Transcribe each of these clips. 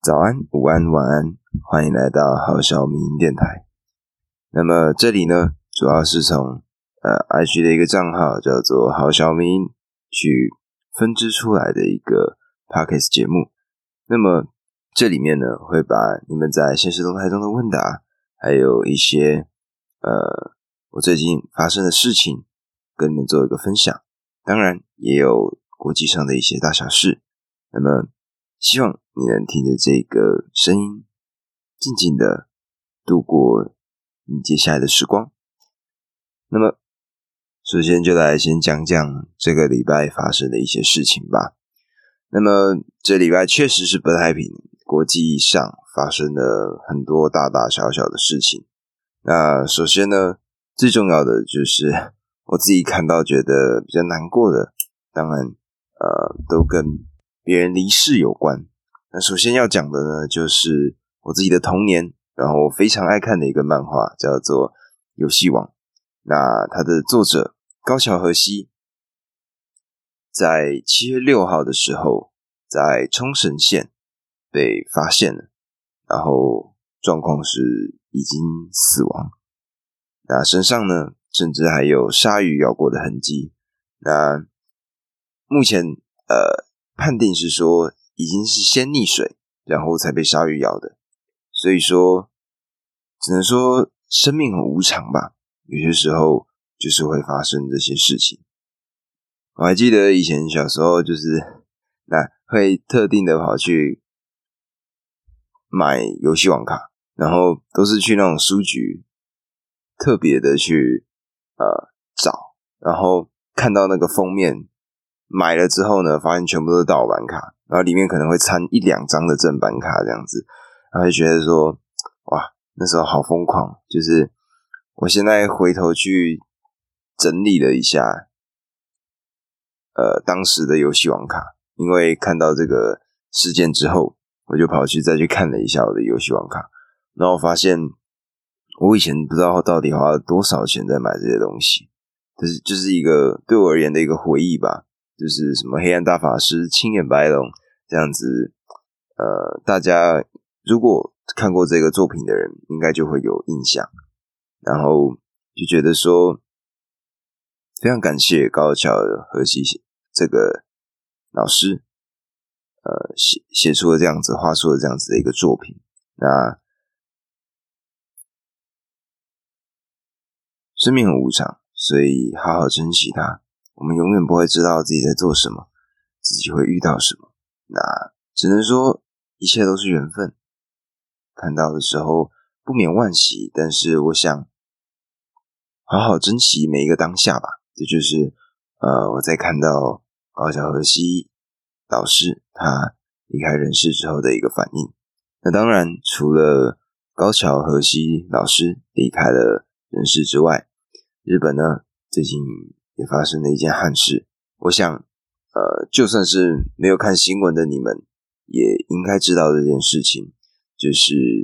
早安、午安、晚安，欢迎来到好小民营电台。那么这里呢，主要是从IG 的一个账号叫做好小民去分支出来的一个 Podcast 节目。那么这里面呢，会把你们在现实动态中的问答，还有一些我最近发生的事情，跟你们做一个分享。当然也有国际上的一些大小事。那么希望你能听着这个声音，静静的度过你接下来的时光。那么首先就来先讲讲这个礼拜发生的一些事情吧。那么这礼拜确实是不太平，国际上发生了很多大大小小的事情。那首先呢，最重要的就是我自己看到觉得比较难过的，当然都跟别人离世有关。那首先要讲的呢，就是我自己的童年，然后我非常爱看的一个漫画，叫做《游戏王》。那它的作者高桥和希，在7月6号的时候，在冲绳县被发现了，然后状况是已经死亡。那身上呢，甚至还有鲨鱼咬过的痕迹。那目前判定是说已经是先溺水，然后才被鲨鱼咬的。所以说只能说生命很无常吧，有些时候就是会发生这些事情。我还记得以前小时候就是会特定的跑去买游戏王卡，然后都是去那种书局特别的去找，然后看到那个封面买了之后呢，发现全部都是盗版卡，然后里面可能会掺1-2张的正版卡这样子，然后就觉得说哇，那时候好疯狂。就是我现在回头去整理了一下当时的游戏王卡，因为看到这个事件之后，我就跑去再去看了一下我的游戏王卡，然后发现我以前不知道到底花了多少钱在买这些东西，就是一个对我而言的一个回忆吧。就是什么黑暗大法师、青眼白龙这样子，大家如果看过这个作品的人，应该就会有印象。然后就觉得说，非常感谢高桥和希这个老师，写出了这样子，画出了这样子的一个作品。那生命很无常，所以好好珍惜它。我们永远不会知道自己在做什么，自己会遇到什么。那只能说一切都是缘分。看到的时候不免惋惜，但是我想好好珍惜每一个当下吧。这就是我在看到高桥和希老师他离开人世之后的一个反应。那当然除了高桥和希老师离开了人世之外，日本呢最近也发生了一件憾事。我想就算是没有看新闻的你们也应该知道这件事情，就是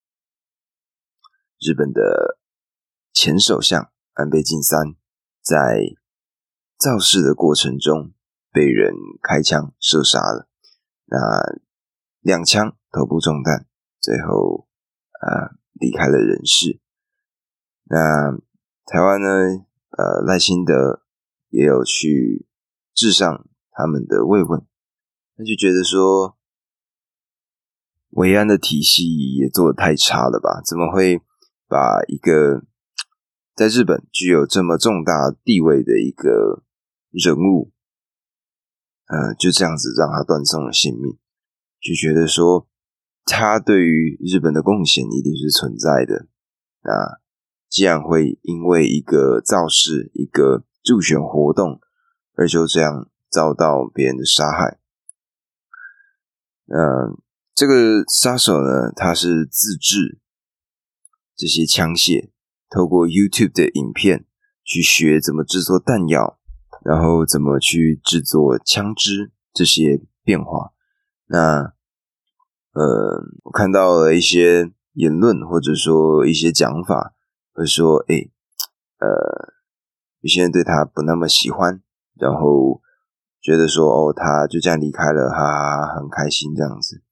日本的前首相安倍晋三在造势的过程中被人开枪射杀了。那2枪头部中弹，最后离开了人世。那台湾呢赖清德也有去致上他们的慰问，那就觉得说维安的体系也做得太差了吧？怎么会把一个在日本具有这么重大地位的一个人物就这样子让他断送了性命？就觉得说他对于日本的贡献一定是存在的。那既然会因为一个造势、一个助选活动而就这样遭到别人的杀害，这个杀手呢，他是自制这些枪械，透过 YouTube 的影片去学怎么制作弹药，然后怎么去制作枪支这些变化。那我看到了一些言论或者说一些讲法，会说有些人对他不那么喜欢，然后觉得说他就这样离开了，哈哈，很开心这样子。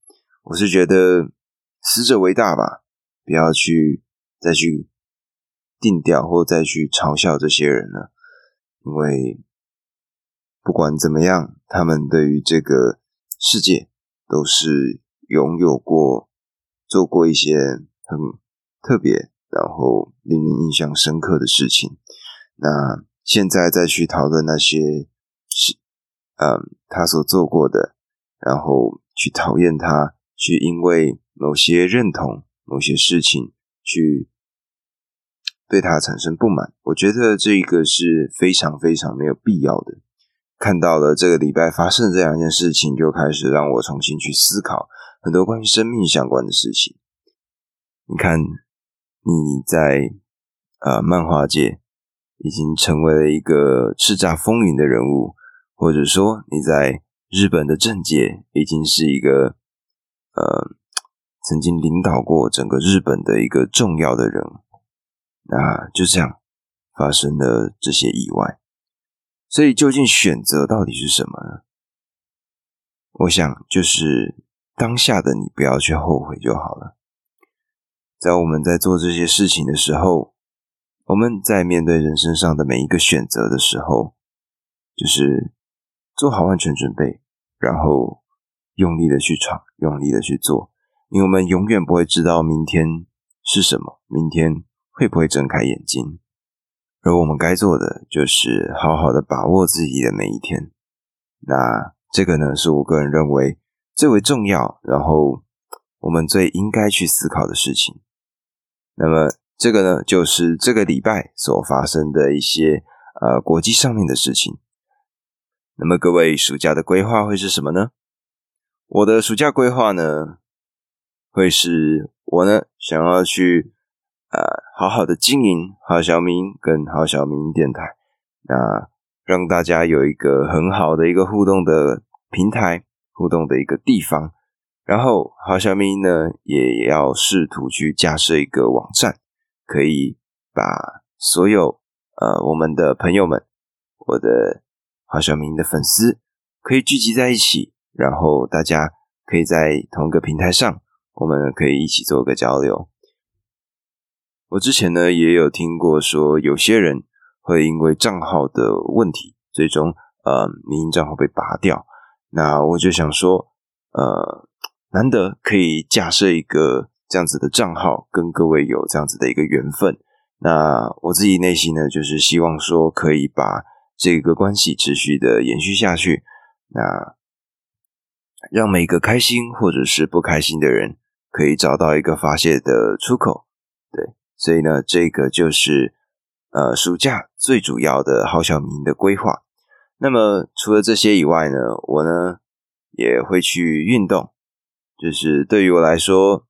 我是觉得死者为大吧，不要再去定调或再去嘲笑这些人了，因为不管怎么样，他们对于这个世界都是拥有过做过一些很特别然后令人印象深刻的事情。那现在再去讨论那些他所做过的，然后去讨厌他，去因为某些认同某些事情去对他产生不满，我觉得这个是非常非常没有必要的。看到了这个礼拜发生这两件事情，就开始让我重新去思考很多关于生命相关的事情。你看，你在漫画界已经成为了一个叱咤风云的人物，或者说你在日本的政界已经是一个曾经领导过整个日本的一个重要的人物。那就这样发生了这些意外，所以究竟选择到底是什么呢？我想就是当下的你不要去后悔就好了。在我们在做这些事情的时候，我们在面对人生上的每一个选择的时候，就是做好万全准备，然后用力的去闯，用力的去做，因为我们永远不会知道明天是什么，明天会不会睁开眼睛。而我们该做的就是好好的把握自己的每一天。那这个呢，是我个人认为最为重要，然后我们最应该去思考的事情。那么这个呢，就是这个礼拜所发生的一些国际上面的事情。那么各位暑假的规划会是什么呢？我的暑假规划呢，会是我呢想要去好好的经营郝小明跟郝小明电台，那让大家有一个很好的一个互动的平台，互动的一个地方。然后郝小明呢也要试图去架设一个网站，可以把所有我们的朋友们，我的郝小明的粉丝可以聚集在一起，然后大家可以在同一个平台上，我们可以一起做个交流。我之前呢也有听过说有些人会因为账号的问题，最终迷因账号被拔掉。那我就想说难得可以架设一个这样子的账号，跟各位有这样子的一个缘分。那我自己内心呢，就是希望说可以把这个关系持续的延续下去，那让每个开心或者是不开心的人可以找到一个发泄的出口。对，所以呢，这个就是暑假最主要的郝小明的规划。那么除了这些以外呢，我呢也会去运动。就是对于我来说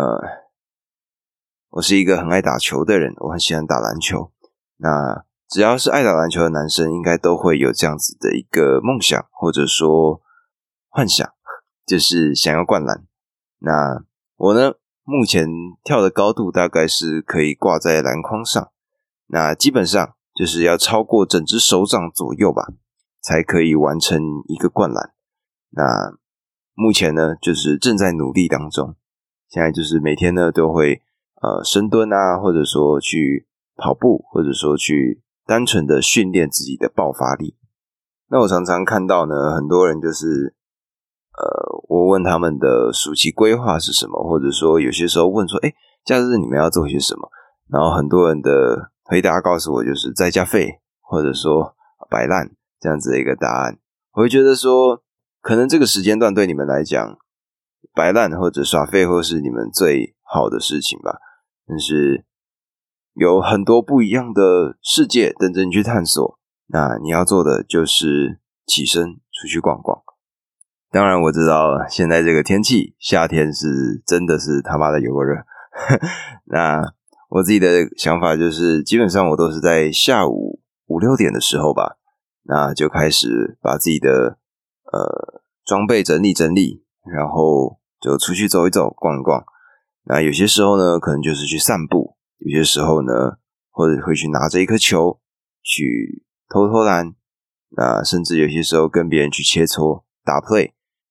我是一个很爱打球的人，我很喜欢打篮球。那只要是爱打篮球的男生应该都会有这样子的一个梦想或者说幻想，就是想要灌篮。那我呢目前跳的高度大概是可以挂在篮筐上，那基本上就是要超过整只手掌左右吧，才可以完成一个灌篮。那目前呢就是正在努力当中，现在就是每天呢都会深蹲啊，或者说去跑步，或者说去单纯的训练自己的爆发力。那我常常看到呢很多人就是我问他们的暑期规划是什么，或者说有些时候问说假日你们要做些什么，然后很多人的回答告诉我就是在家废，或者说摆烂这样子的一个答案。我会觉得说可能这个时间段对你们来讲摆烂或者耍废或是你们最好的事情吧，但是有很多不一样的世界等着你去探索，那你要做的就是起身出去逛逛。当然我知道现在这个天气夏天是真的是他妈的有个热那我自己的想法就是基本上我都是在下午5-6点的时候吧，那就开始把自己的装备整理整理，然后就出去走一走逛一逛。那有些时候呢可能就是去散步，有些时候呢或者会去拿着一颗球去偷偷篮，那甚至有些时候跟别人去切磋打 play。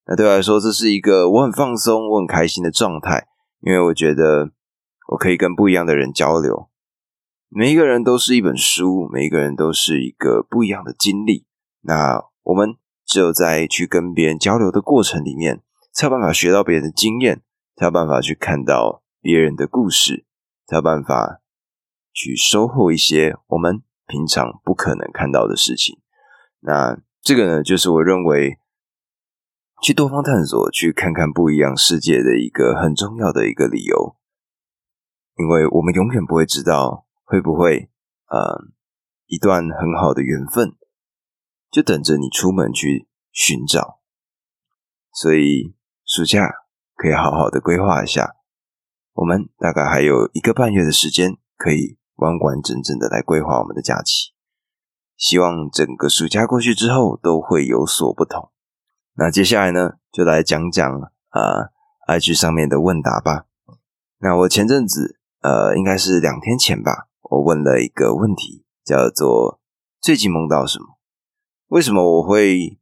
那对我来说，这是一个我很放松、我很开心的状态，因为我觉得我可以跟不一样的人交流。每一个人都是一本书，每一个人都是一个不一样的经历。那我们只有在去跟别人交流的过程里面，才有办法学到别人的经验，才有办法去看到别人的故事，才有办法去收获一些我们平常不可能看到的事情。那这个呢，就是我认为去多方探索，去看看不一样世界的一个很重要的一个理由。因为我们永远不会知道会不会一段很好的缘分就等着你出门去寻找。所以暑假可以好好的规划一下，我们大概还有1个半月的时间可以完完整整的来规划我们的假期。希望整个暑假过去之后都会有所不同。那接下来呢，就来讲讲IG 上面的问答吧。那我前阵子应该是2天前吧，我问了一个问题，叫做最近梦到什么？为什么我会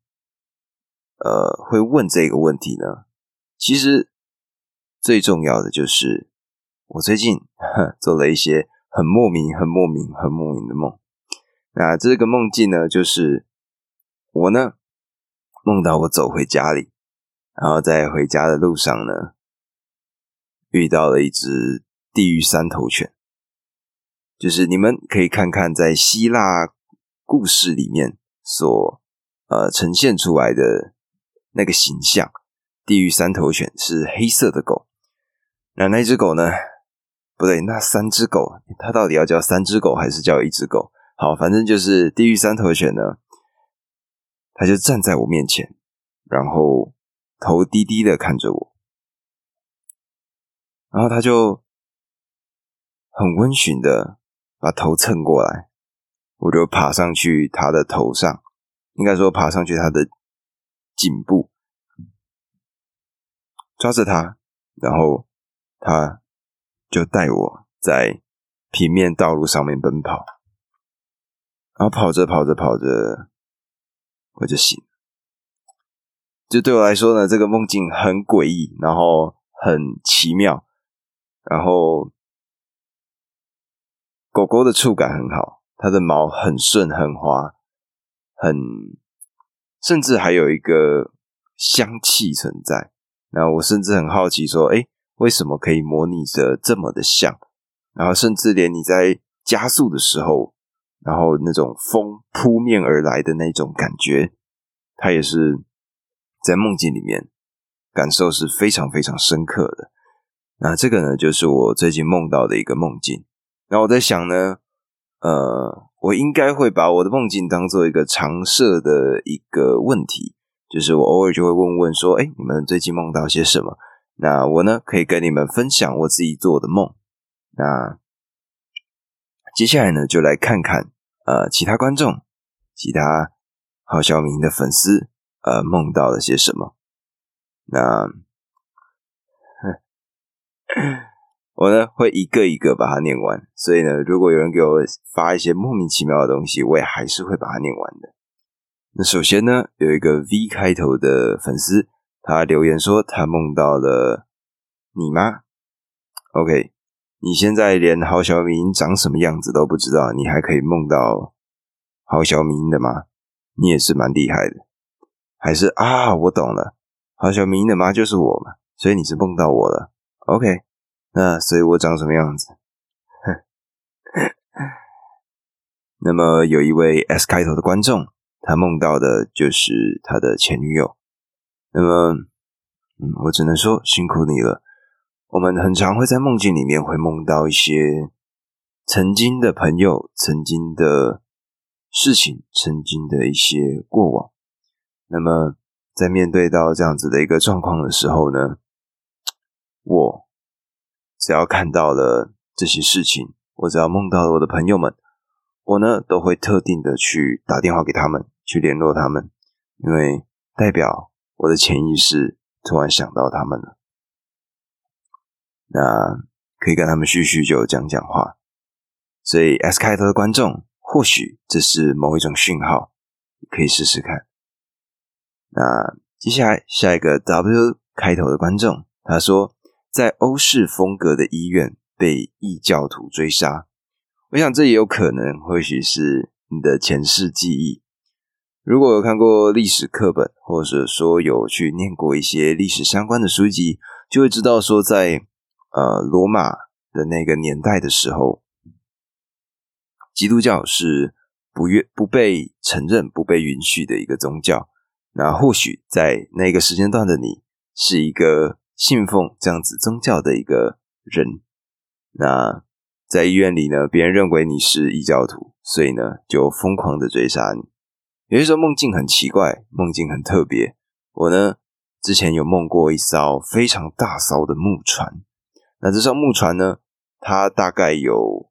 问这个问题呢？其实最重要的就是我最近做了一些很莫名的梦。那这个梦境呢，就是我呢梦到我走回家里，然后在回家的路上呢，遇到了一只地狱3头犬。就是你们可以看看在希腊故事里面所呈现出来的那个形象，地狱3头犬是黑色的狗。那只狗呢，不对，那3只狗，它到底要叫3只狗还是叫1只狗？好，反正就是地狱3头犬呢，它就站在我面前，然后头低低的看着我，然后它就很温驯的把头蹭过来，我就爬上去它的头上，应该说爬上去它的颈部，抓着它，然后它就带我在平面道路上面奔跑，然后跑着我就醒了。就对我来说呢，这个梦境很诡异，然后很奇妙，然后狗狗的触感很好，它的毛很顺很滑，甚至还有一个香气存在。那我甚至很好奇说，为什么可以模拟着这么的像？然后甚至连你在加速的时候，然后那种风扑面而来的那种感觉，它也是在梦境里面感受是非常非常深刻的。那这个呢，就是我最近梦到的一个梦境。然后我在想呢，我应该会把我的梦境当做一个常设的一个问题，就是我偶尔就会问说，你们最近梦到些什么？那我呢，可以跟你们分享我自己做的梦。那接下来呢，就来看看其他观众、其他郝小明的粉丝梦到了些什么。那我呢会一个一个把它念完，所以呢，如果有人给我发一些莫名其妙的东西，我也还是会把它念完的。那首先呢，有一个 V 开头的粉丝，他留言说他梦到了你妈。OK， 你现在连郝小明长什么样子都不知道，你还可以梦到郝小明的妈，你也是蛮厉害的。还是我懂了，郝小明的妈就是我嘛，所以你是梦到我了。OK， 那所以我长什么样子？那么有一位 S 开头的观众，他梦到的就是他的前女友。那么我只能说辛苦你了。我们很常会在梦境里面会梦到一些曾经的朋友、曾经的事情、曾经的一些过往。那么在面对到这样子的一个状况的时候呢，我只要看到了这些事情，我只要梦到了我的朋友们，我呢都会特定的去打电话给他们，去联络他们，因为代表我的潜意识突然想到他们了。那可以跟他们叙叙旧讲讲话。所以 S 开头的观众，或许这是某一种讯号，可以试试看。那接下来下一个 W 开头的观众，他说在欧式风格的医院被异教徒追杀。我想这也有可能或许是你的前世记忆。如果有看过历史课本，或者说有去念过一些历史相关的书籍，就会知道说在罗马的那个年代的时候，基督教是不被承认、不被允许的一个宗教。那或许在那个时间段的你是一个信奉这样子宗教的一个人，那在医院里呢，别人认为你是异教徒，所以呢就疯狂的追杀你。有些时候梦境很奇怪，梦境很特别。我呢之前有梦过一艘非常大艘的木船，那这艘木船呢，它大概有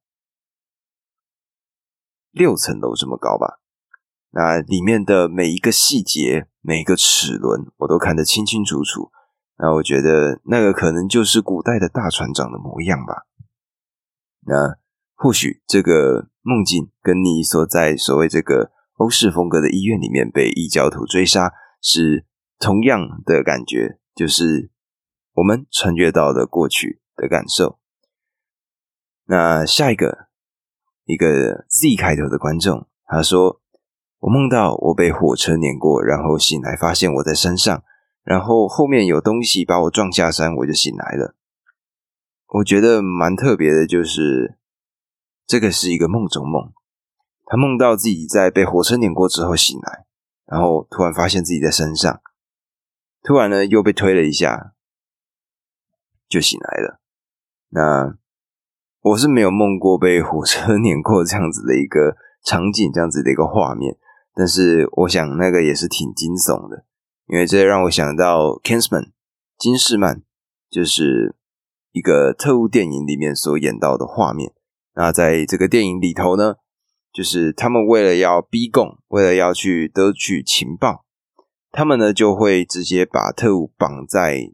6层楼这么高吧。那里面的每一个细节，每一个齿轮，我都看得清清楚楚。那我觉得那个可能就是古代的大船长的模样吧。那或许这个梦境跟你所在所谓这个欧式风格的医院里面被异教徒追杀是同样的感觉，就是我们穿越到了过去的感受。那下一个Z 开头的观众，他说我梦到我被火车碾过，然后醒来发现我在山上，然后后面有东西把我撞下山，我就醒来了。我觉得蛮特别的，就是这个是一个梦中梦，他梦到自己在被火车碾过之后醒来，然后突然发现自己在山上，突然呢又被推了一下就醒来了。那我是没有梦过被火车碾过这样子的一个场景，这样子的一个画面，但是我想那个也是挺惊悚的，因为这让我想到 Kingsman 金士曼，就是一个特务电影里面所演到的画面。那在这个电影里头呢，就是他们为了要逼供，为了要去得取情报，他们呢就会直接把特务绑在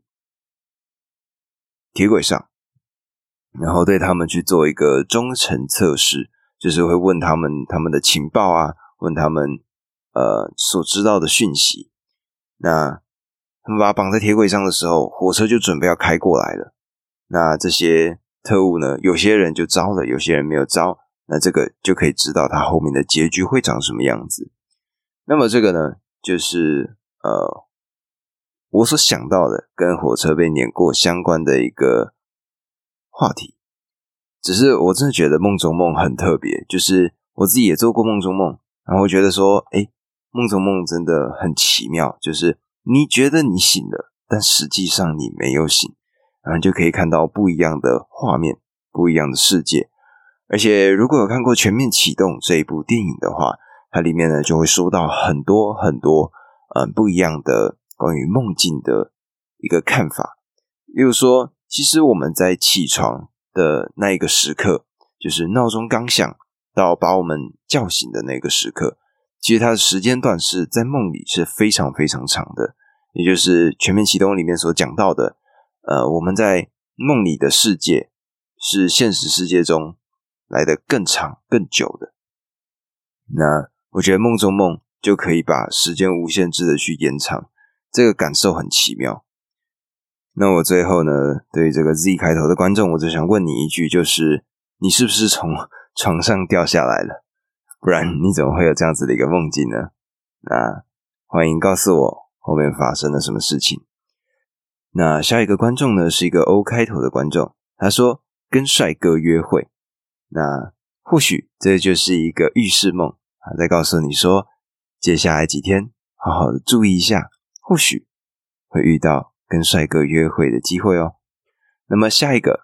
铁轨上，然后对他们去做一个忠诚测试，就是会问他们的情报啊，问他们所知道的讯息。那他们把他绑在铁轨上的时候，火车就准备要开过来了。那这些特务呢，有些人就招了，有些人没有招，那这个就可以知道他后面的结局会长什么样子。那么这个呢，就是我所想到的跟火车被碾过相关的一个话题。只是我真的觉得梦中梦很特别，就是我自己也做过梦中梦，然后我觉得说梦中梦真的很奇妙，就是你觉得你醒了，但实际上你没有醒，然后就可以看到不一样的画面，不一样的世界。而且如果有看过《全面启动》这一部电影的话，它里面呢就会说到很多很多不一样的关于梦境的一个看法。例如说，其实我们在起床的那一个时刻，就是闹钟刚响到把我们叫醒的那个时刻，其实它的时间段是在梦里是非常非常长的，也就是全面启动里面所讲到的我们在梦里的世界是现实世界中来得更长更久的。那我觉得梦中梦就可以把时间无限制的去延长，这个感受很奇妙。那我最后呢，对于这个 Z 开头的观众，我只想问你一句，就是你是不是从床上掉下来了？不然你怎么会有这样子的一个梦境呢？那欢迎告诉我后面发生了什么事情。那下一个观众呢，是一个 O 开头的观众，他说跟帅哥约会。那或许这就是一个预示梦，他在告诉你说接下来几天好好的注意一下，或许会遇到跟帅哥约会的机会哦。那么下一个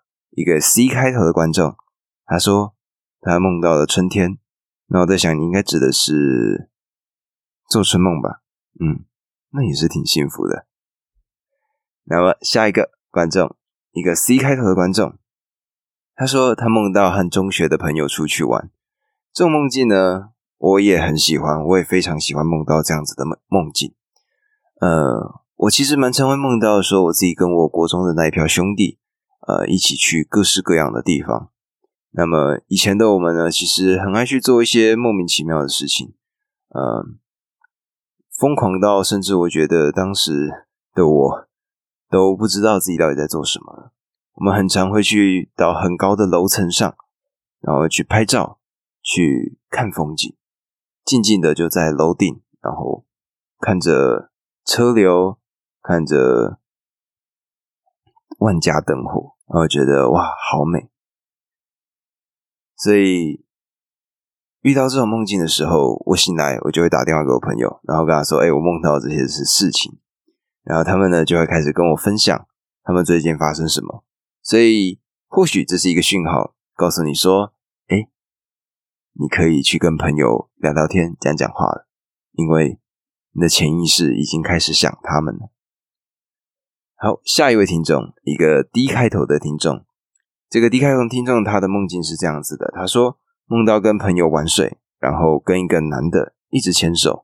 C 开头的观众，他说他梦到了春天。那我在想你应该指的是做春梦吧，那也是挺幸福的。那么下一个观众，一个 C 开头的观众，他说他梦到和中学的朋友出去玩。这种梦境呢，我也很喜欢，我也非常喜欢梦到这样子的梦境。我其实蛮常会梦到说我自己跟我国中的那一票兄弟一起去各式各样的地方。那么以前的我们呢，其实很爱去做一些莫名其妙的事情， 疯狂到甚至我觉得当时的我都不知道自己到底在做什么了。我们很常会去到很高的楼层上，然后去拍照，去看风景，静静的就在楼顶，然后看着车流，看着万家灯火，然后觉得哇好美。所以遇到这种梦境的时候，我醒来我就会打电话给我朋友，然后跟他说我梦到这些事情，然后他们呢就会开始跟我分享他们最近发生什么。所以或许这是一个讯号，告诉你说你可以去跟朋友聊聊天，讲讲话了，因为你的潜意识已经开始想他们了。好，下一位听众，一个 D 开头的听众。这个 D 开头的听众他的梦境是这样子的，他说梦到跟朋友玩水，然后跟一个男的一直牵手。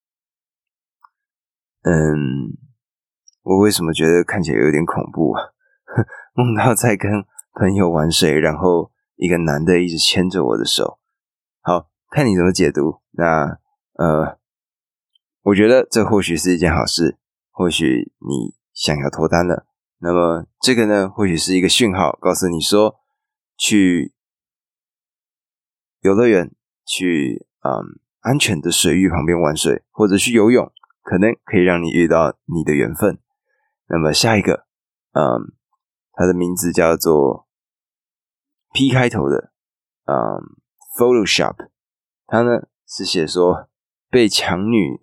我为什么觉得看起来有点恐怖啊？梦到在跟朋友玩水，然后一个男的一直牵着我的手。好，看你怎么解读。那我觉得这或许是一件好事，或许你想要脱单了。那么这个呢，或许是一个讯号，告诉你说去游乐园，去安全的水域旁边玩水，或者去游泳，可能可以让你遇到你的缘分。那么下一个他的名字叫做 P 开头的Photoshop， 他呢是写说被强女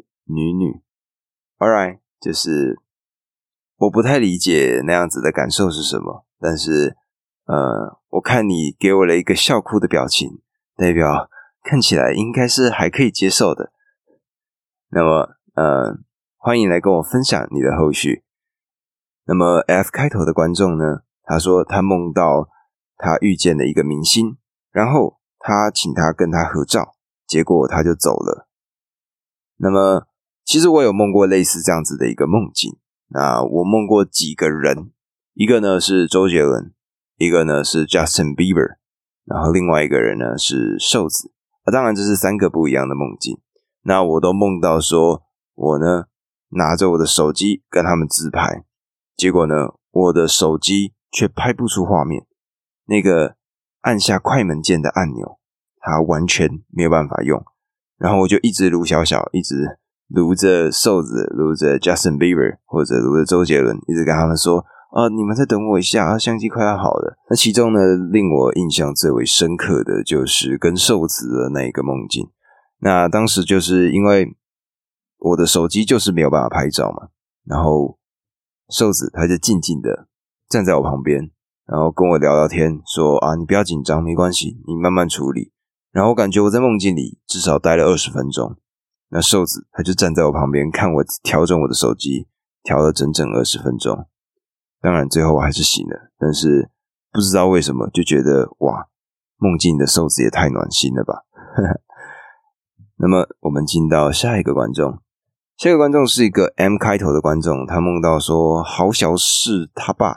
Alright， 就是我不太理解那样子的感受是什么，但是我看你给我了一个笑哭的表情，代表看起来应该是还可以接受的。那么欢迎来跟我分享你的后续。那么 F 开头的观众呢，他说他梦到他遇见了一个明星，然后他请他跟他合照，结果他就走了。那么其实我有梦过类似这样子的一个梦境，那我梦过几个人，一个呢是周杰伦，一个呢是 Justin Bieber， 然后另外一个人呢是瘦子。当然这是3个不一样的梦境。那我都梦到说我呢拿着我的手机跟他们自拍，结果呢我的手机却拍不出画面，那个按下快门键的按钮它完全没有办法用，然后我就一直撸小小，一直撸着瘦子，撸着 Justin Bieber 或者撸着周杰伦，一直跟他们说你们再等我一下，相机快要好了。那其中呢令我印象最为深刻的就是跟瘦子的那一个梦境。那当时就是因为我的手机就是没有办法拍照嘛，然后瘦子他就静静的站在我旁边，然后跟我聊聊天，说你不要紧张，没关系，你慢慢处理。然后我感觉我在梦境里至少待了20分钟，那瘦子他就站在我旁边看我调整我的手机，调了整整20分钟。当然最后我还是醒了，但是不知道为什么就觉得哇，梦境的瘦子也太暖心了吧。那么我们进到下一个观众，下一个观众是一个 M 开头的观众，他梦到说豪小是他爸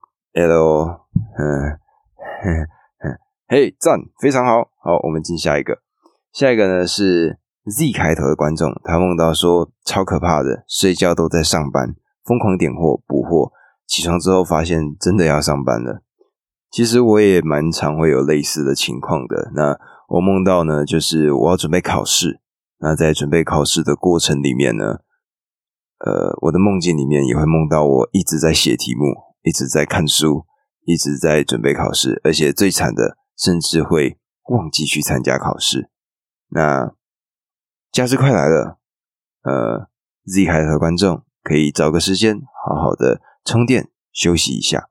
L 嘿赞，非常好。好，我们进下一个。下一个呢是 Z 开头的观众，他梦到说超可怕的，睡觉都在上班，疯狂点货补货，起床之后发现真的要上班了。其实我也蛮常会有类似的情况的。那我梦到呢就是我要准备考试，那在准备考试的过程里面呢我的梦境里面也会梦到我一直在写题目，一直在看书，一直在准备考试，而且最惨的甚至会忘记去参加考试。那假日快来了，Z 开头的观众可以找个时间好好的充电休息一下。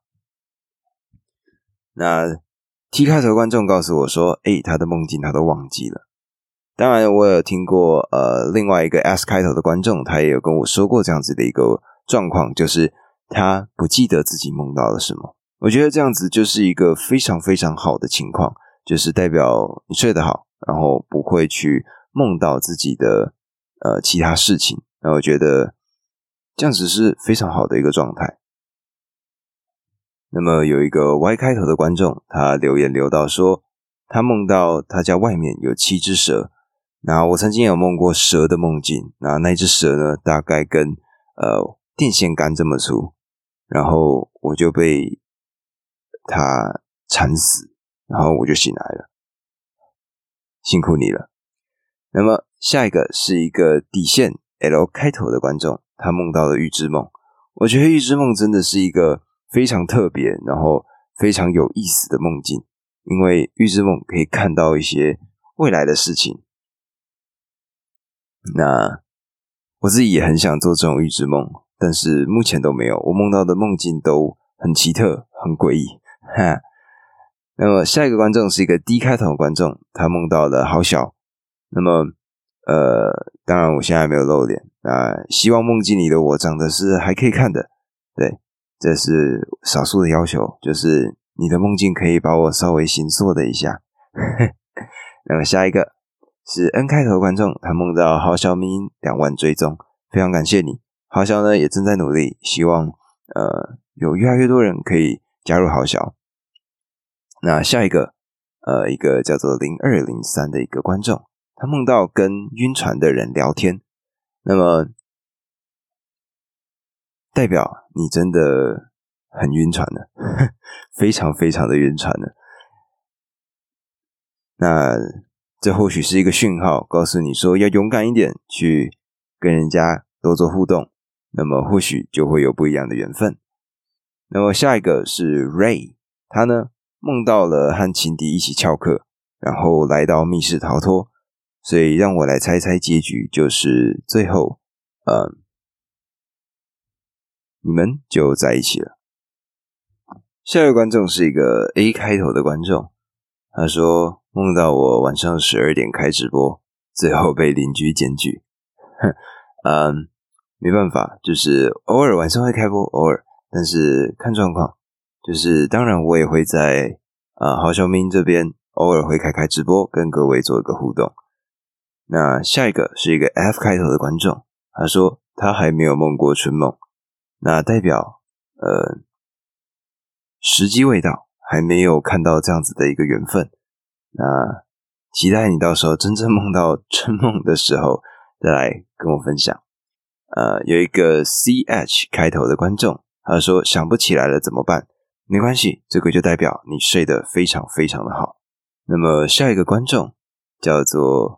那 T 开头的观众告诉我说他的梦境他都忘记了。当然我有听过另外一个 S 开头的观众，他也有跟我说过这样子的一个状况，就是他不记得自己梦到了什么。我觉得这样子就是一个非常非常好的情况，就是代表你睡得好，然后不会去梦到自己的其他事情。那我觉得这样子是非常好的一个状态。那么有一个 Y 开头的观众，他留言留到说他梦到他家外面有7只蛇， 那我曾经有梦过蛇的梦境，那只蛇呢，大概跟电线杆这么粗，然后我就被它缠死，然后我就醒来了。辛苦你了。那么下一个是一个底线 L 开头的观众，他梦到了预知梦。我觉得预知梦真的是一个非常特别，然后非常有意思的梦境，因为预知梦可以看到一些未来的事情。那我自己也很想做这种预知梦，但是目前都没有。我梦到的梦境都很奇特，很诡异。那么下一个观众是一个 D 开头的观众，他梦到了好小。那么当然我现在没有露脸，那希望梦境里的我长得是还可以看的。对，这是少数的要求，就是你的梦境可以把我稍微形塑的一下。那么下一个是 N 开头的观众，他梦到郝小明2万追踪，非常感谢你。郝小呢也正在努力，希望有越来越多人可以加入郝小。那下一个一个叫做0203的一个观众，他梦到跟晕船的人聊天，那么代表你真的很晕船了，非常非常的晕船了。那这或许是一个讯号，告诉你说要勇敢一点，去跟人家多做互动，那么或许就会有不一样的缘分。那么下一个是 Ray， 他呢梦到了和情敌一起翘课，然后来到密室逃脱，所以让我来猜猜结局，就是最后你们就在一起了。下一个观众是一个 A 开头的观众，他说梦到我晚上12点开直播，最后被邻居检举。没办法，就是偶尔晚上会开播，偶尔，但是看状况。就是当然我也会在郝小明这边偶尔会开直播，跟各位做一个互动。那下一个是一个 F 开头的观众，他说他还没有梦过春梦，那代表时机未到，还没有看到这样子的一个缘分。那期待你到时候真正梦到春梦的时候再来跟我分享。有一个 CH 开头的观众，他说想不起来了怎么办？没关系，这个就代表你睡得非常非常的好。那么下一个观众叫做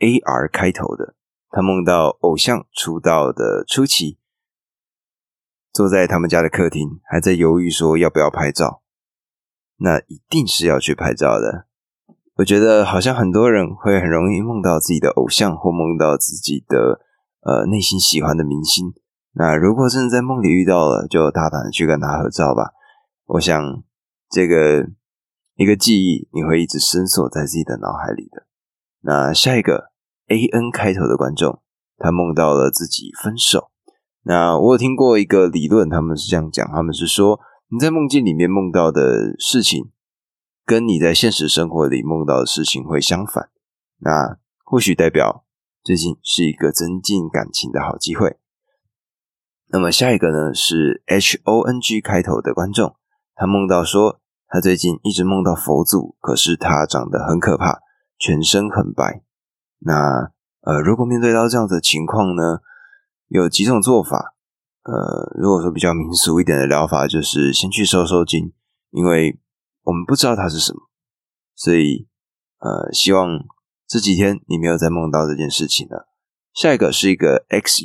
AR 开头的，他梦到偶像出道的初期，坐在他们家的客厅，还在犹豫说要不要拍照。那一定是要去拍照的。我觉得好像很多人会很容易梦到自己的偶像，或梦到自己的内心喜欢的明星。那如果真的在梦里遇到了，就大胆的去跟他合照吧。我想这个一个记忆你会一直深锁在自己的脑海里的。那下一个 AN 开头的观众，他梦到了自己分手。那我有听过一个理论，他们是这样讲，他们是说你在梦境里面梦到的事情跟你在现实生活里梦到的事情会相反，那或许代表最近是一个增进感情的好机会。那么下一个呢是 HONG 开头的观众，他梦到说他最近一直梦到佛祖，可是他长得很可怕，全身很白。那如果面对到这样的情况呢，有几种做法。如果说比较民俗一点的疗法，就是先去收收筋，因为我们不知道它是什么，所以希望这几天你没有再梦到这件事情了。下一个是一个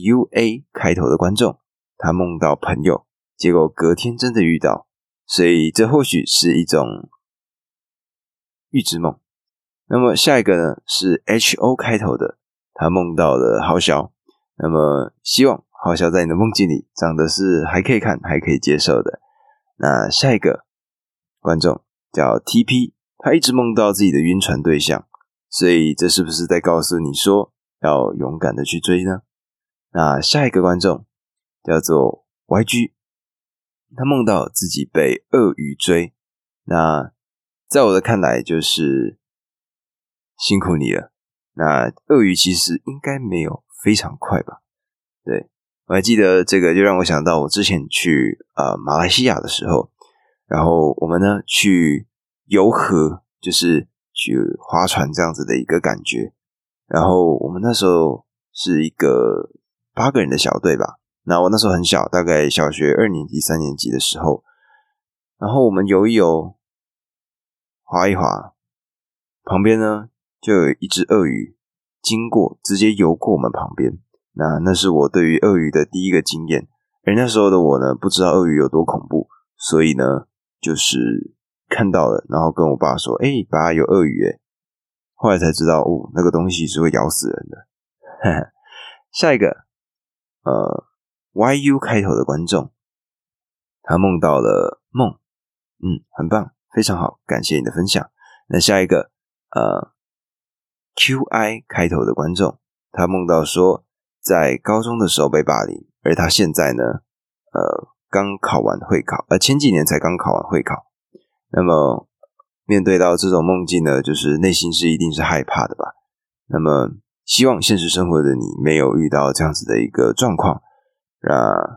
XUA 开头的观众，他梦到朋友，结果隔天真的遇到，所以这或许是一种预知梦。那么下一个呢是 HO 开头的，他梦到了郝小，那么希望郝小在你的梦境里长得是还可以看还可以接受的。那下一个观众叫 TP， 他一直梦到自己的晕船对象，所以这是不是在告诉你说要勇敢的去追呢？那下一个观众叫做 YG， 他梦到自己被鳄鱼追，那在我的看来就是辛苦你了。那鳄鱼其实应该没有非常快吧？对，我还记得这个就让我想到我之前去马来西亚的时候，然后我们呢去游河，就是去划船这样子的一个感觉。 然后我们那时候是一个8个人的小队吧，那我那时候很小，大概小学2年级3年级的时候，然后我们游一游，滑一滑，旁边呢就有一只鳄鱼经过，直接游过我们旁边。那是我对于鳄鱼的第一个经验，而那时候的我呢，不知道鳄鱼有多恐怖，所以呢，就是看到了，然后跟我爸说：“爸，有鳄鱼耶！”后来才知道，那个东西是会咬死人的。下一个，YU 开头的观众，他梦到了梦，很棒，非常好，感谢你的分享。那下一个，QI 开头的观众，他梦到说，在高中的时候被霸凌，而他现在呢，刚考完会考，前几年才刚考完会考。那么面对到这种梦境呢，就是内心是一定是害怕的吧。那么希望现实生活的你没有遇到这样子的一个状况。那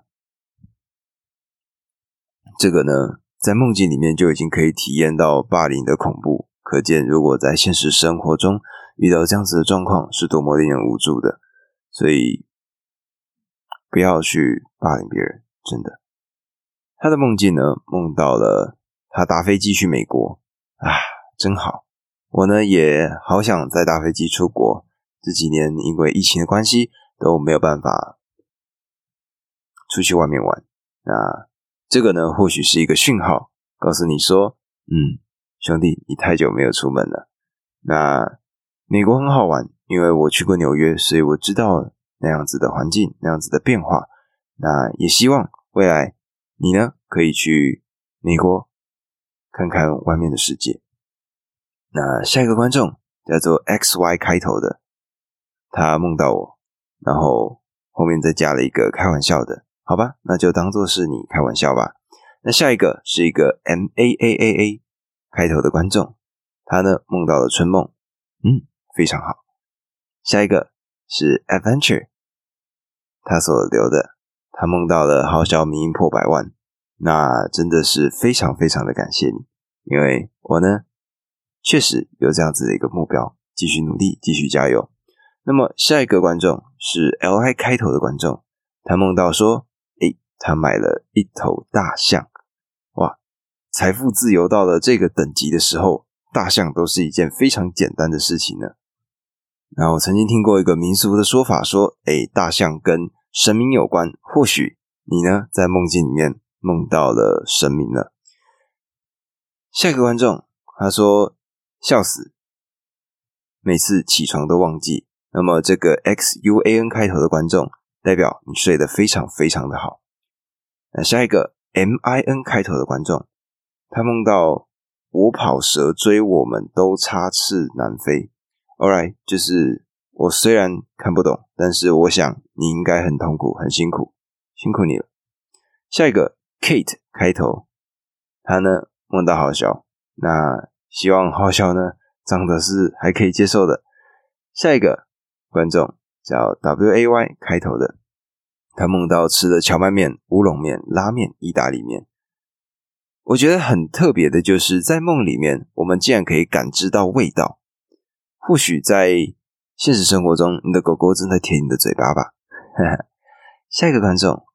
这个呢，在梦境里面就已经可以体验到霸凌的恐怖，可见如果在现实生活中遇到这样子的状况是多么令人无助的。所以不要去霸凌别人，真的。他的梦境呢，梦到了他搭飞机去美国真好。我呢也好想再搭飞机出国，这几年因为疫情的关系都没有办法出去外面玩。那这个呢或许是一个讯号，告诉你说兄弟，你太久没有出门了。那美国很好玩，因为我去过纽约，所以我知道那样子的环境，那样子的变化。那也希望未来你呢可以去美国看看外面的世界。那下一个观众叫做 XY 开头的，他梦到我，然后后面再加了一个开玩笑的，好吧，那就当作是你开玩笑吧。那下一个是一个 MAAAA 开头的观众，他呢梦到了春梦，非常好。下一个是 Adventure， 他所留的，他梦到了好小迷因破100万，那真的是非常非常的感谢你，因为我呢确实有这样子的一个目标，继续努力，继续加油。那么下一个观众是 LI 开头的观众，他梦到说他买了一头大象。哇，财富自由到了这个等级的时候，大象都是一件非常简单的事情呢。那我曾经听过一个民俗的说法说，大象跟神明有关，或许你呢在梦境里面梦到了神明了。下一个观众他说笑死，每次起床都忘记。那么这个 XUAN 开头的观众代表你睡得非常非常的好。那下一个 MIN 开头的观众，他梦到我跑蛇追我们都插翅难飞。 Alright， 就是我虽然看不懂，但是我想你应该很痛苦很辛苦，辛苦你了。下一个 Kate 开头，他呢梦到好笑，那希望好笑呢长得是还可以接受的。下一个观众叫 WAY 开头的，他梦到吃了荞麦面、乌龙面、拉面、意大利面。我觉得很特别的就是在梦里面我们竟然可以感知到味道，或许在现实生活中你的狗狗正在舔你的嘴巴吧。下一个观众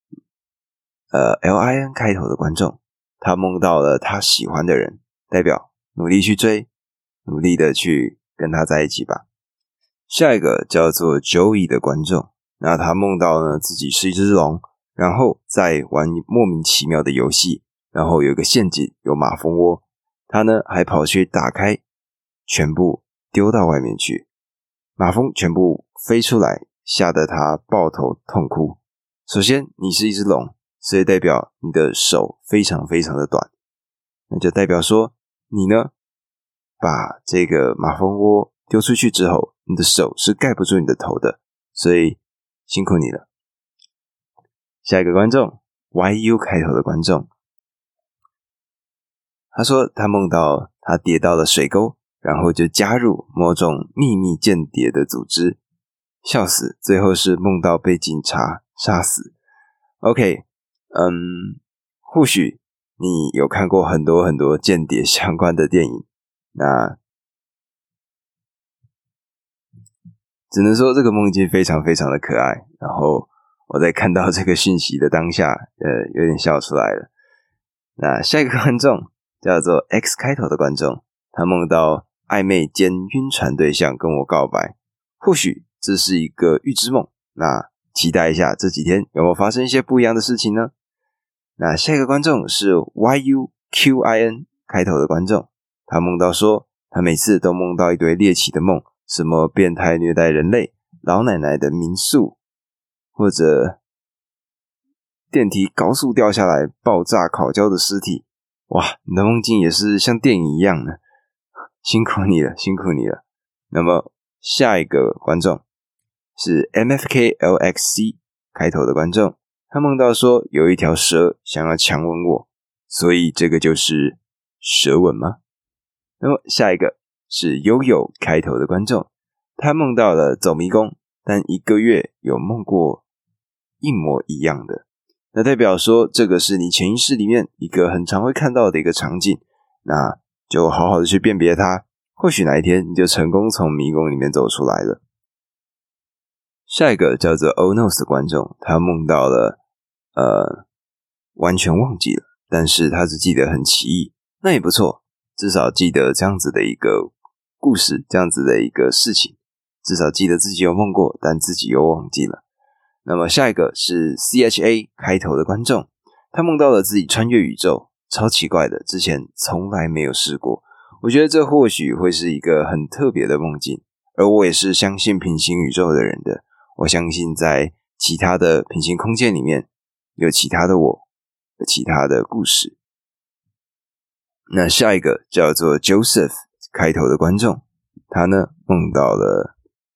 LIN 开头的观众，他梦到了他喜欢的人，代表努力去追，努力的去跟他在一起吧。下一个叫做 Joey 的观众，那他梦到呢自己是一只龙，然后在玩莫名其妙的游戏，然后有一个陷阱，有马蜂窝，他呢还跑去打开，全部丢到外面去，马蜂全部飞出来，吓得他抱头痛哭。首先你是一只龙，所以代表你的手非常非常的短，那就代表说你呢把这个马蜂窝丢出去之后，你的手是盖不住你的头的，所以辛苦你了。下一个观众 YU 开头的观众，他说他梦到他跌到了水沟，然后就加入某种秘密间谍的组织，笑死，最后是梦到被警察杀死。 OK， 或许你有看过很多很多间谍相关的电影，那只能说这个梦境非常非常的可爱，然后我在看到这个讯息的当下有点笑出来了。那下一个观众叫做 X 开头的观众，他梦到暧昧兼晕船对象跟我告白，或许这是一个预知梦，那期待一下这几天有没有发生一些不一样的事情呢？那下一个观众是 YUQIN 开头的观众，他梦到说他每次都梦到一堆猎奇的梦，什么变态虐待人类、老奶奶的民宿，或者电梯高速掉下来爆炸烤焦的尸体。哇，你的梦境也是像电影一样呢，辛苦你了，辛苦你了。那么下一个观众是 MFKLXC 开头的观众，他梦到说有一条蛇想要强吻我，所以这个就是蛇吻吗？那么下一个是悠悠开头的观众，他梦到了走迷宫，但1个月有梦过一模一样的，那代表说这个是你潜意识里面一个很常会看到的一个场景，那就好好的去辨别它，或许哪一天你就成功从迷宫里面走出来了。下一个叫做 Oh Knows 的观众，他梦到了完全忘记了，但是他只记得很奇异，那也不错，至少记得这样子的一个故事，这样子的一个事情，至少记得自己有梦过，但自己又忘记了。那么下一个是 CHA 开头的观众，他梦到了自己穿越宇宙，超奇怪的，之前从来没有试过。我觉得这或许会是一个很特别的梦境，而我也是相信平行宇宙的人的。我相信在其他的平行空间里面有其他的我，有其他的故事。那下一个叫做 Joseph 开头的观众，他呢梦到了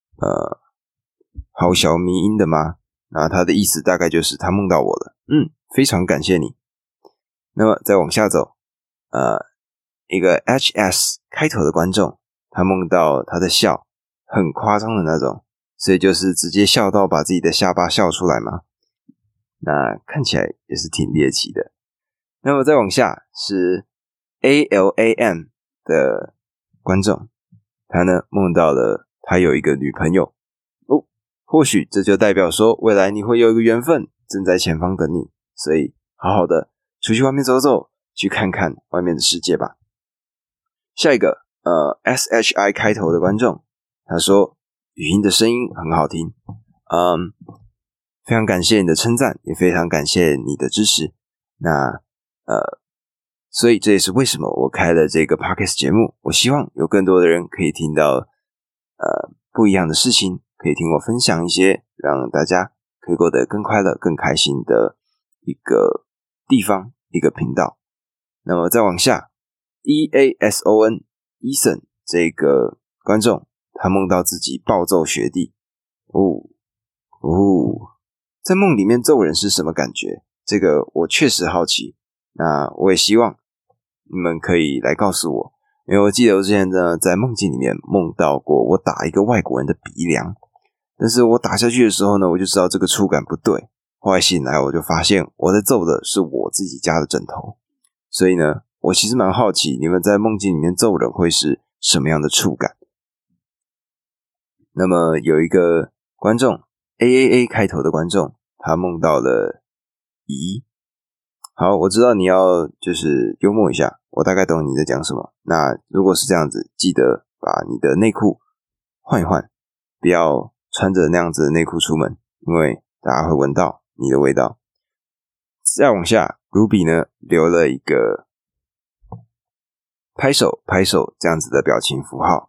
好小迷因的吗？那他的意思大概就是他梦到我了，非常感谢你。那么再往下走，一个 HS 开头的观众，他梦到他的笑很夸张的那种，所以就是直接笑到把自己的下巴笑出来嘛，那看起来也是挺猎奇的。那么再往下是 ALAM 的观众，他呢梦到了他有一个女朋友哦，或许这就代表说未来你会有一个缘分正在前方等你，所以好好的出去外面走走，去看看外面的世界吧。下一个SHI 开头的观众，他说语音的声音很好听，非常感谢你的称赞，也非常感谢你的支持。那所以这也是为什么我开了这个 Podcast 节目，我希望有更多的人可以听到不一样的事情，可以听我分享一些让大家可以过得更快乐更开心的一个地方，一个频道。那么再往下 EASON Eason 这个观众，他梦到自己暴揍学弟在梦里面揍人是什么感觉？这个我确实好奇，那我也希望你们可以来告诉我，因为我记得我之前呢在梦境里面梦到过我打一个外国人的鼻梁，但是我打下去的时候呢，我就知道这个触感不对，后来醒来我就发现我在揍的是我自己家的枕头，所以呢我其实蛮好奇你们在梦境里面揍人会是什么样的触感。那么有一个观众 AAA 开头的观众，他梦到了咦，好，我知道你要就是幽默一下，我大概懂你在讲什么。那如果是这样子，记得把你的内裤换一换，不要穿着那样子的内裤出门，因为大家会闻到你的味道。再往下 Ruby 呢留了一个拍手这样子的表情符号。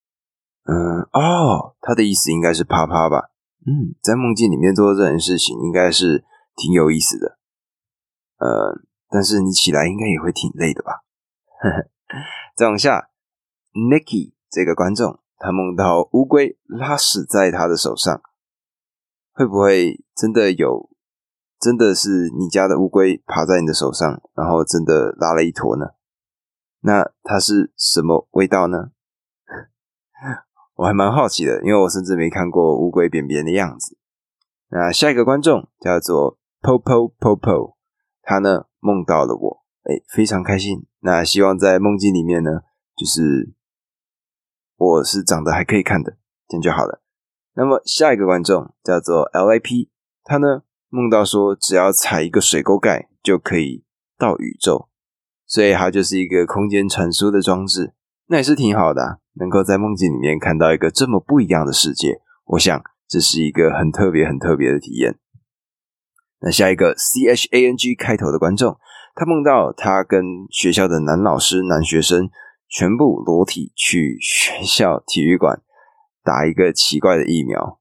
他的意思应该是啪啪吧。在梦境里面做这件事情应该是挺有意思的。但是你起来应该也会挺累的吧。再往下 Nicky 这个观众，他梦到乌龟拉屎在他的手上，会不会真的是你家的乌龟爬在你的手上，然后真的拉了一坨呢？那它是什么味道呢？我还蛮好奇的，因为我甚至没看过乌龟便便的样子。那下一个观众叫做 Popo， 他呢梦到了我，非常开心。那希望在梦境里面呢，就是我是长得还可以看的，这样就好了。 那么下一个观众叫做 LAP， 他呢梦到说只要踩一个水沟盖就可以到宇宙，所以它就是一个空间传输的装置，那也是挺好的啊，能够在梦境里面看到一个这么不一样的世界，我想这是一个很特别的体验。那下一个 CHANG 开头的观众，他梦到他跟学校的男老师、男学生全部裸体去学校体育馆打一个奇怪的疫苗。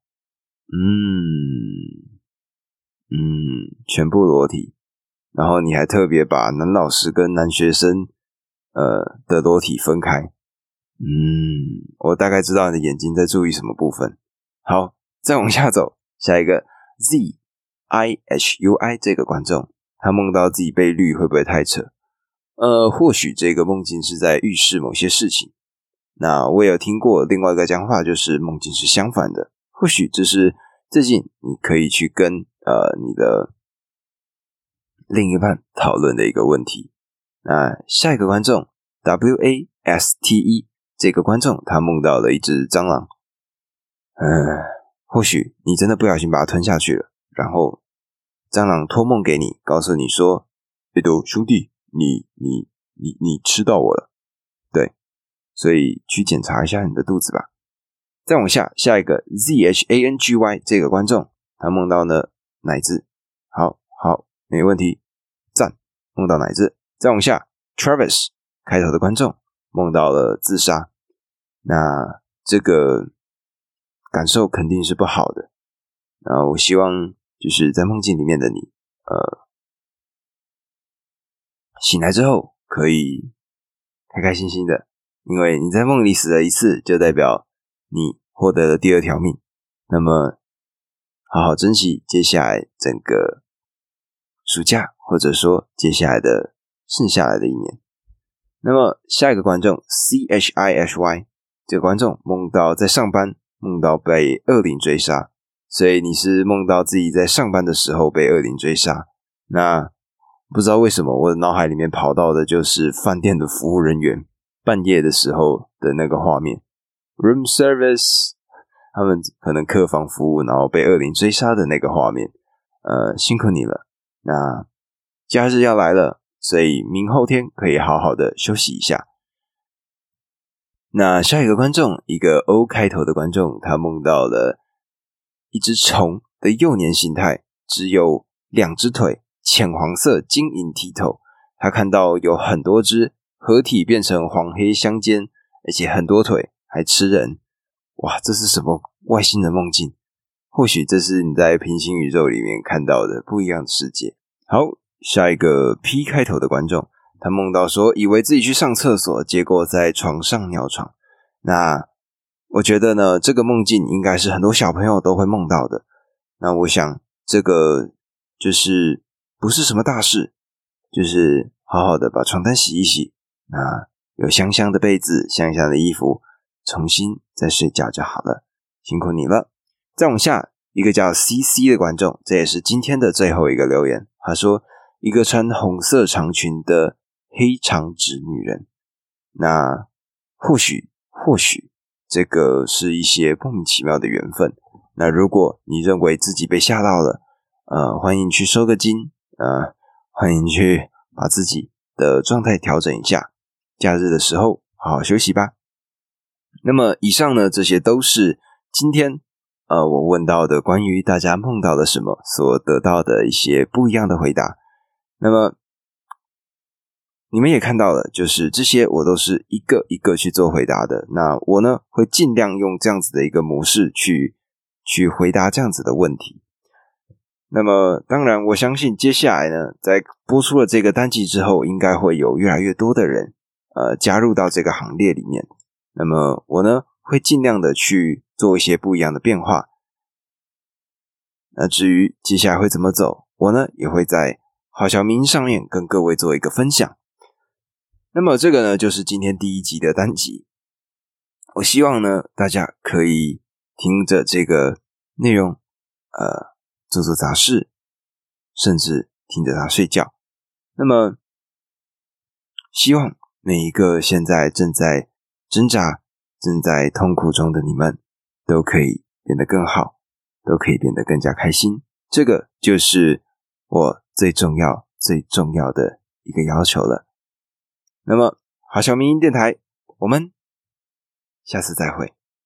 全部裸体，然后你还特别把男老师跟男学生的裸体分开。我大概知道你的眼睛在注意什么部分。好，再往下走，下一个 ZIHUI 这个观众，他梦到自己被绿，会不会太扯？或许这个梦境是在预示某些事情。那我也有听过另外一个讲法，就是梦境是相反的。或许这是最近你可以去跟你的另一半讨论的一个问题。那下一个观众 WASTE 这个观众，他梦到了一只蟑螂。或许你真的不小心把它吞下去了，然后蟑螂托梦给你，告诉你说，兄弟，你吃到我了。对，所以去检查一下你的肚子吧。再往下，下一个 ZHANGY 这个观众，他梦到了奶子。好，没问题，赞，梦到奶子。再往下 Travis 开头的观众梦到了自杀，那这个感受肯定是不好的。那我希望就是在梦境里面的你醒来之后可以开开心心的，因为你在梦里死了一次，就代表你获得了第二条命。那么好好珍惜接下来整个暑假，或者说接下来的剩下来的一年。那么下一个观众 CHISY 这个观众梦到在上班，梦到被恶灵追杀，所以你是梦到自己在上班的时候被恶灵追杀。那不知道为什么我的脑海里面跑到的就是饭店的服务人员半夜的时候的那个画面， room service， 他们可能客房服务然后被恶灵追杀的那个画面。辛苦你了。那假日要来了，所以明后天可以好好的休息一下。那下一个观众，一个 O 开头的观众，他梦到了一只虫的幼年形态，只有2只腿，浅黄色，晶莹剔透。他看到有很多只合体变成黄黑相间，而且很多腿，还吃人。哇，这是什么外星人梦境？或许这是你在平行宇宙里面看到的不一样的世界。好，下一个 P 开头的观众，他梦到说以为自己去上厕所，结果在床上尿床。那我觉得呢，这个梦境应该是很多小朋友都会梦到的。那我想这个就是不是什么大事，就是好好的把床单洗一洗，那有香香的被子，香香的衣服，重新再睡觉就好了。辛苦你了。再往下，一个叫 CC 的观众，这也是今天的最后一个留言。他说，一个穿红色长裙的黑长直女人。那或许这个是一些莫名其妙的缘分。那如果你认为自己被吓到了，欢迎去收个金，欢迎去把自己的状态调整一下。假日的时候好好休息吧。那么以上呢，这些都是今天我问到的关于大家梦到了什么所得到的一些不一样的回答。那么你们也看到了，就是这些我都是一个一个去做回答的。那我呢会尽量用这样子的一个模式去回答这样子的问题。那么当然我相信接下来呢，在播出了这个单集之后，应该会有越来越多的人加入到这个行列里面。那么我呢会尽量的去做一些不一样的变化。那至于接下来会怎么走，我呢也会在好小明上面跟各位做一个分享。那么这个呢就是今天第1集的单集。我希望呢大家可以听着这个内容做做杂事，甚至听着它睡觉。那么希望每一个现在正在挣扎正在痛苦中的你们都可以变得更好，都可以变得更加开心。这个就是我最重要的一个要求了。那么好小民营电台，我们下次再会。